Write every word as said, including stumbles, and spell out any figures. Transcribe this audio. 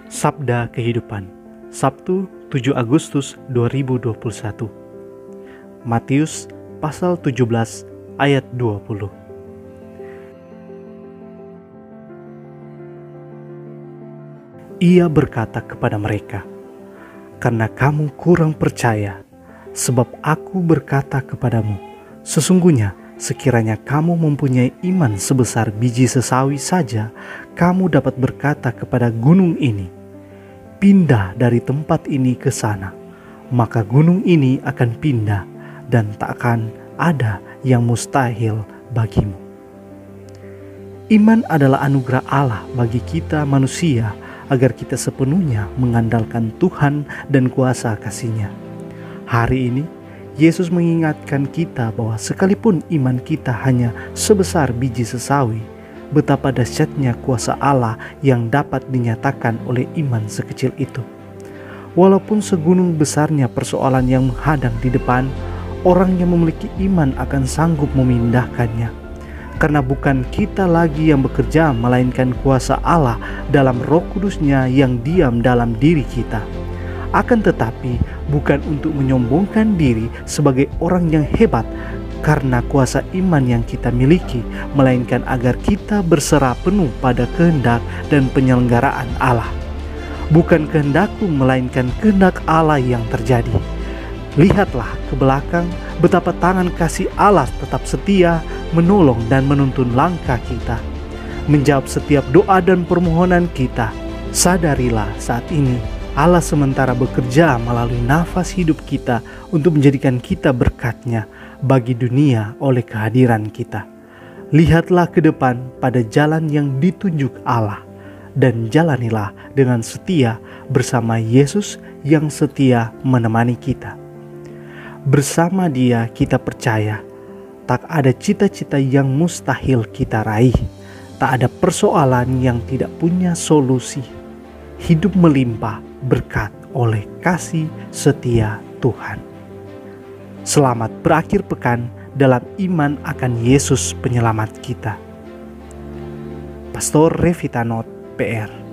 Sabda Kehidupan, Sabtu tujuh Agustus dua ribu dua puluh satu. Matius pasal tujuh belas ayat dua puluh. Ia berkata kepada mereka, "Karena kamu kurang percaya, sebab aku berkata kepadamu, sesungguhnya sekiranya kamu mempunyai iman sebesar biji sesawi saja, kamu dapat berkata kepada gunung ini, pindah dari tempat ini ke sana, maka gunung ini akan pindah dan tak akan ada yang mustahil bagimu." Iman adalah anugerah Allah bagi kita manusia agar kita sepenuhnya mengandalkan Tuhan dan kuasa kasih-Nya. Hari ini Yesus mengingatkan kita bahwa sekalipun iman kita hanya sebesar biji sesawi, betapa dahsyatnya kuasa Allah yang dapat dinyatakan oleh iman sekecil itu. Walaupun segunung besarnya persoalan yang menghadang di depan, orang yang memiliki iman akan sanggup memindahkannya. Karena bukan kita lagi yang bekerja, melainkan kuasa Allah dalam Roh Kudus-Nya yang diam dalam diri kita. Akan tetapi bukan untuk menyombongkan diri sebagai orang yang hebat karena kuasa iman yang kita miliki, melainkan agar kita berserah penuh pada kehendak dan penyelenggaraan Allah. Bukan kehendakku, melainkan kehendak Allah yang terjadi. Lihatlah ke belakang betapa tangan kasih Allah tetap setia menolong dan menuntun langkah kita, menjawab setiap doa dan permohonan kita. Sadarilah saat ini Allah sementara bekerja melalui nafas hidup kita untuk menjadikan kita berkat-Nya bagi dunia oleh kehadiran kita. Lihatlah ke depan pada jalan yang ditunjuk Allah dan jalanilah dengan setia bersama Yesus yang setia menemani kita. Bersama Dia kita percaya tak ada cita-cita yang mustahil kita raih, tak ada persoalan yang tidak punya solusi. Hidup melimpah berkat oleh kasih setia Tuhan. Selamat berakhir pekan dalam iman akan Yesus penyelamat kita. Pastor Revitanot, P R